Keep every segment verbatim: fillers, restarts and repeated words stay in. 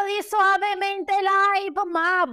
di Suavemente Live, ma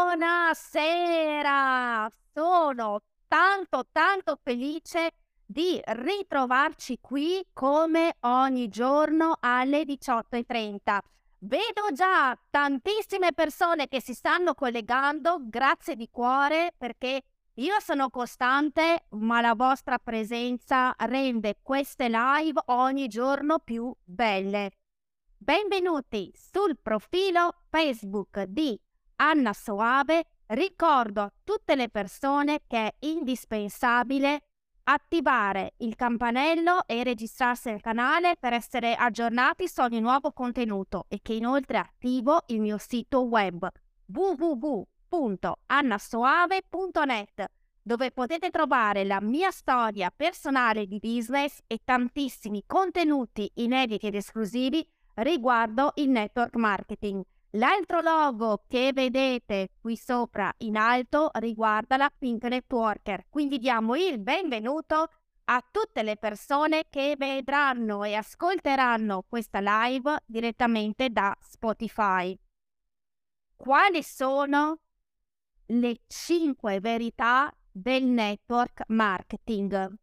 buonasera! Sono tanto tanto felice di ritrovarci qui come ogni giorno alle diciotto e trenta. Vedo già tantissime persone che si stanno collegando, grazie di cuore perché io sono costante, ma la vostra presenza rende queste live ogni giorno più belle. Benvenuti sul profilo Facebook di Anna Soave. Ricordo a tutte le persone che è indispensabile attivare il campanello e registrarsi al canale per essere aggiornati su ogni nuovo contenuto e che inoltre attivo il mio sito web w w w punto annasoave punto net, dove potete trovare la mia storia personale di business e tantissimi contenuti inediti ed esclusivi riguardo il network marketing. L'altro logo che vedete qui sopra in alto riguarda la Pink Networker, quindi diamo il benvenuto a tutte le persone che vedranno e ascolteranno questa live direttamente da Spotify. Quali sono le cinque verità del network marketing?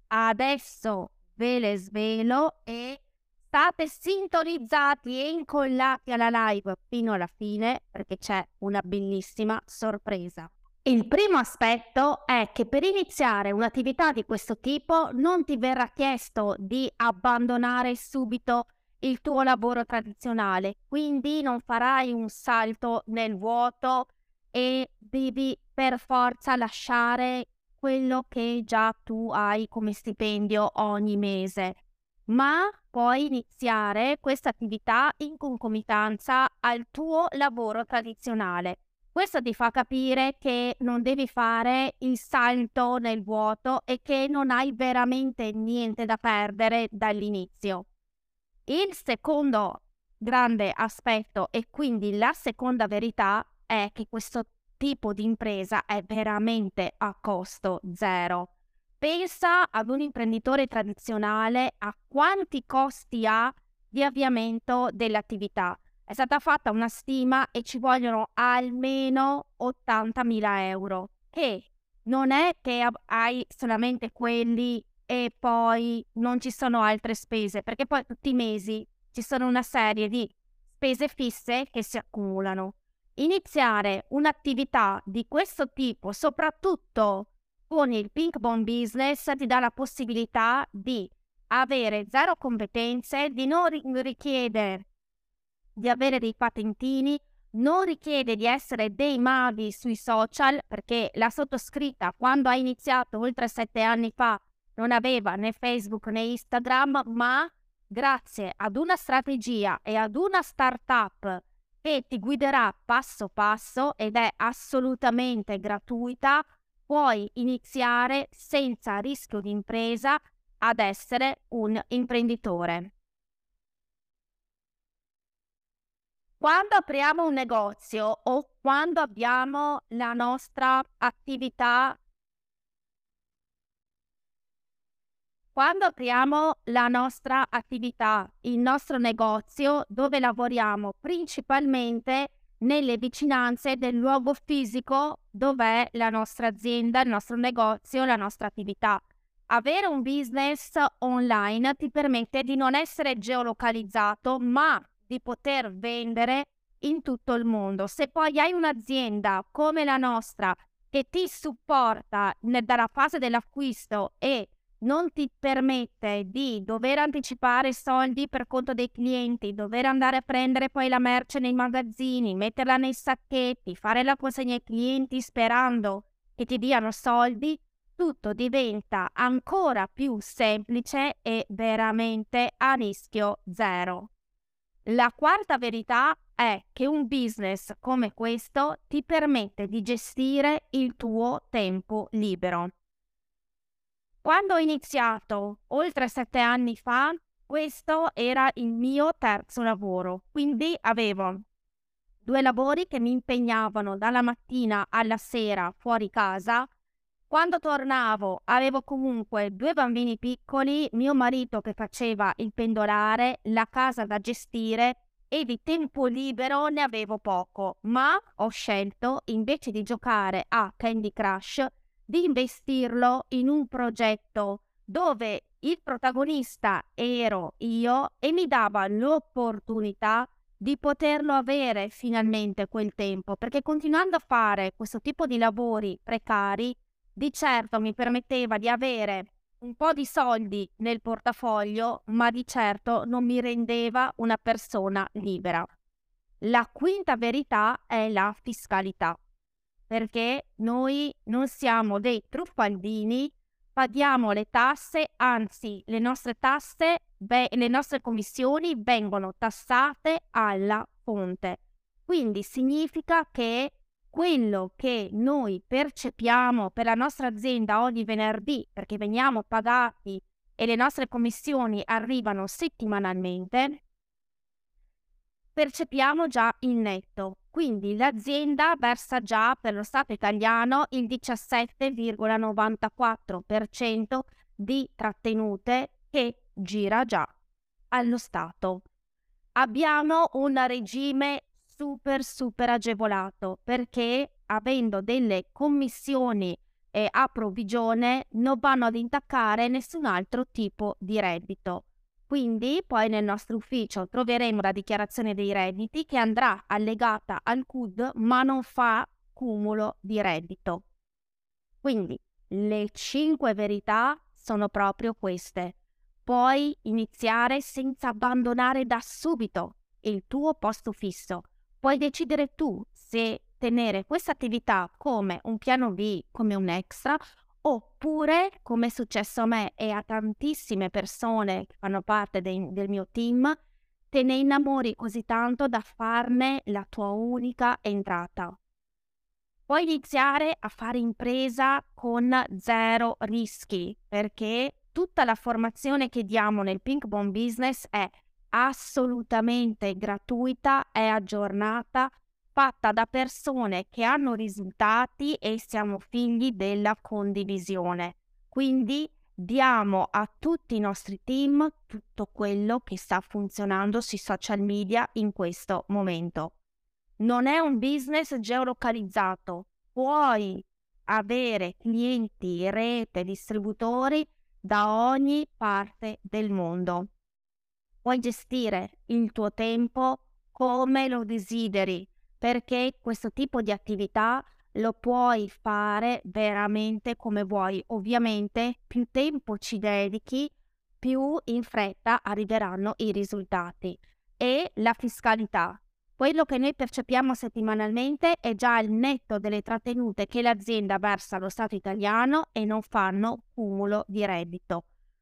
Adesso ve le svelo e state sintonizzati e incollati alla live fino alla fine perché c'è una bellissima sorpresa. Il primo aspetto è che per iniziare un'attività di questo tipo non ti verrà chiesto di abbandonare subito il tuo lavoro tradizionale, quindi non farai un salto nel vuoto e devi per forza lasciare quello che già tu hai come stipendio ogni mese, ma puoi iniziare questa attività in concomitanza al tuo lavoro tradizionale. Questo ti fa capire che non devi fare il salto nel vuoto e che non hai veramente niente da perdere dall'inizio. Il secondo grande aspetto e quindi la seconda verità è che questo tipo di impresa è veramente a costo zero. Pensa ad un imprenditore tradizionale, a quanti costi ha di avviamento dell'attività. È stata fatta una stima e ci vogliono almeno ottantamila euro, che non è che hai solamente quelli e poi non ci sono altre spese, perché poi tutti i mesi ci sono una serie di spese fisse che si accumulano. Iniziare un'attività di questo tipo, soprattutto con il Pink Bond Business, ti dà la possibilità di avere zero competenze, di non richiedere di avere dei patentini, non richiede di essere dei mavi sui social, perché la sottoscritta quando ha iniziato oltre sette anni fa non aveva né Facebook né Instagram, ma grazie ad una strategia e ad una startup che ti guiderà passo passo ed è assolutamente gratuita, puoi iniziare senza rischio di impresa ad essere un imprenditore. Quando apriamo un negozio o quando abbiamo la nostra attività, quando apriamo la nostra attività, il nostro negozio, dove lavoriamo principalmente nelle vicinanze del luogo fisico dove è la nostra azienda, il nostro negozio, la nostra attività. Avere un business online ti permette di non essere geolocalizzato, ma di poter vendere in tutto il mondo. Se poi hai un'azienda come la nostra che ti supporta nel, dalla fase dell'acquisto e non ti permette di dover anticipare soldi per conto dei clienti, dover andare a prendere poi la merce nei magazzini, metterla nei sacchetti, fare la consegna ai clienti sperando che ti diano soldi, tutto diventa ancora più semplice e veramente a rischio zero. La quarta verità è che un business come questo ti permette di gestire il tuo tempo libero. Quando ho iniziato, oltre sette anni fa, questo era il mio terzo lavoro, quindi avevo due lavori che mi impegnavano dalla mattina alla sera fuori casa. Quando tornavo avevo comunque due bambini piccoli, mio marito che faceva il pendolare, la casa da gestire e di tempo libero ne avevo poco, ma ho scelto, invece di giocare a Candy Crush, di investirlo in un progetto dove il protagonista ero io e mi dava l'opportunità di poterlo avere finalmente quel tempo, perché continuando a fare questo tipo di lavori precari, di certo mi permetteva di avere un po' di soldi nel portafoglio, ma di certo non mi rendeva una persona libera. La quinta verità è la fiscalità, perché noi non siamo dei truffaldini, paghiamo le tasse, anzi le nostre tasse, beh, le nostre commissioni vengono tassate alla fonte. Quindi significa che quello che noi percepiamo per la nostra azienda ogni venerdì, perché veniamo pagati e le nostre commissioni arrivano settimanalmente, percepiamo già il netto. Quindi l'azienda versa già per lo Stato italiano il diciassette virgola novantaquattro per cento di trattenute che gira già allo Stato. Abbiamo un regime super super agevolato perché avendo delle commissioni eh, a provvigione non vanno ad intaccare nessun altro tipo di reddito. Quindi poi nel nostro ufficio troveremo la dichiarazione dei redditi che andrà allegata al C U D ma non fa cumulo di reddito. Quindi le cinque verità sono proprio queste. Puoi iniziare senza abbandonare da subito il tuo posto fisso. Puoi decidere tu se tenere questa attività come un piano B, come un extra, oppure, come è successo a me e a tantissime persone che fanno parte dei- del mio team, te ne innamori così tanto da farne la tua unica entrata. Puoi iniziare a fare impresa con zero rischi, perché tutta la formazione che diamo nel Pink Bomb Business è assolutamente gratuita, è aggiornata, fatta da persone che hanno risultati e siamo figli della condivisione. Quindi diamo a tutti i nostri team tutto quello che sta funzionando sui social media in questo momento. Non è un business geolocalizzato, puoi avere clienti, rete, distributori da ogni parte del mondo. Puoi gestire il tuo tempo come lo desideri, perché questo tipo di attività lo puoi fare veramente come vuoi. Ovviamente più tempo ci dedichi, più in fretta arriveranno i risultati. E la fiscalità. Quello che noi percepiamo settimanalmente è già il netto delle trattenute che l'azienda versa allo Stato italiano e non fanno cumulo di reddito.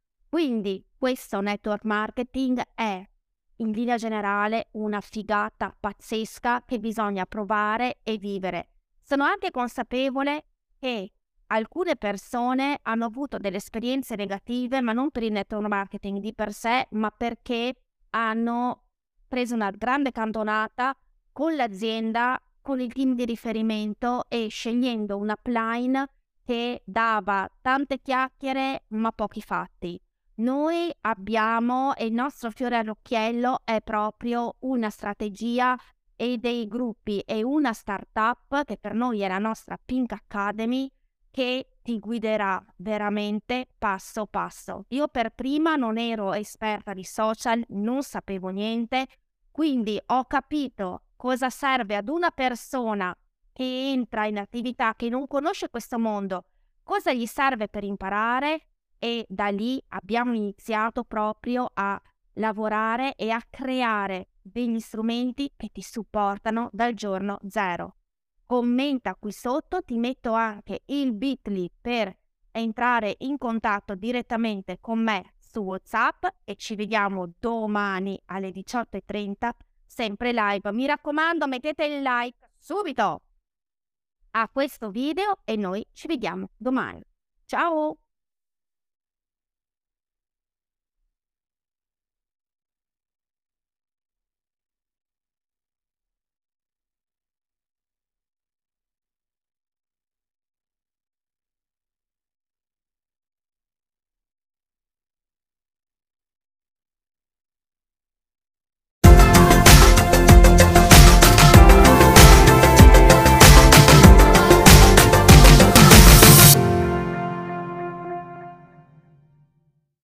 Quindi questo network marketing è in linea generale una figata pazzesca che bisogna provare e vivere. Sono anche consapevole che alcune persone hanno avuto delle esperienze negative, ma non per il network marketing di per sé, ma perché hanno preso una grande cantonata con l'azienda, con il team di riferimento e scegliendo un upline che dava tante chiacchiere ma pochi fatti. Noi abbiamo, e il nostro fiore all'occhiello è proprio una strategia e dei gruppi e una startup che per noi è la nostra Pink Academy, che ti guiderà veramente passo passo. Io per prima non ero esperta di social, non sapevo niente, quindi ho capito cosa serve ad una persona che entra in attività, che non conosce questo mondo, cosa gli serve per imparare, e da lì abbiamo iniziato proprio a lavorare e a creare degli strumenti che ti supportano dal giorno zero. Commenta qui sotto, ti metto anche il bit punto ly per entrare in contatto direttamente con me su WhatsApp e ci vediamo domani alle diciotto e trenta, sempre live. Mi raccomando, mettete il like subito a questo video e noi ci vediamo domani. Ciao!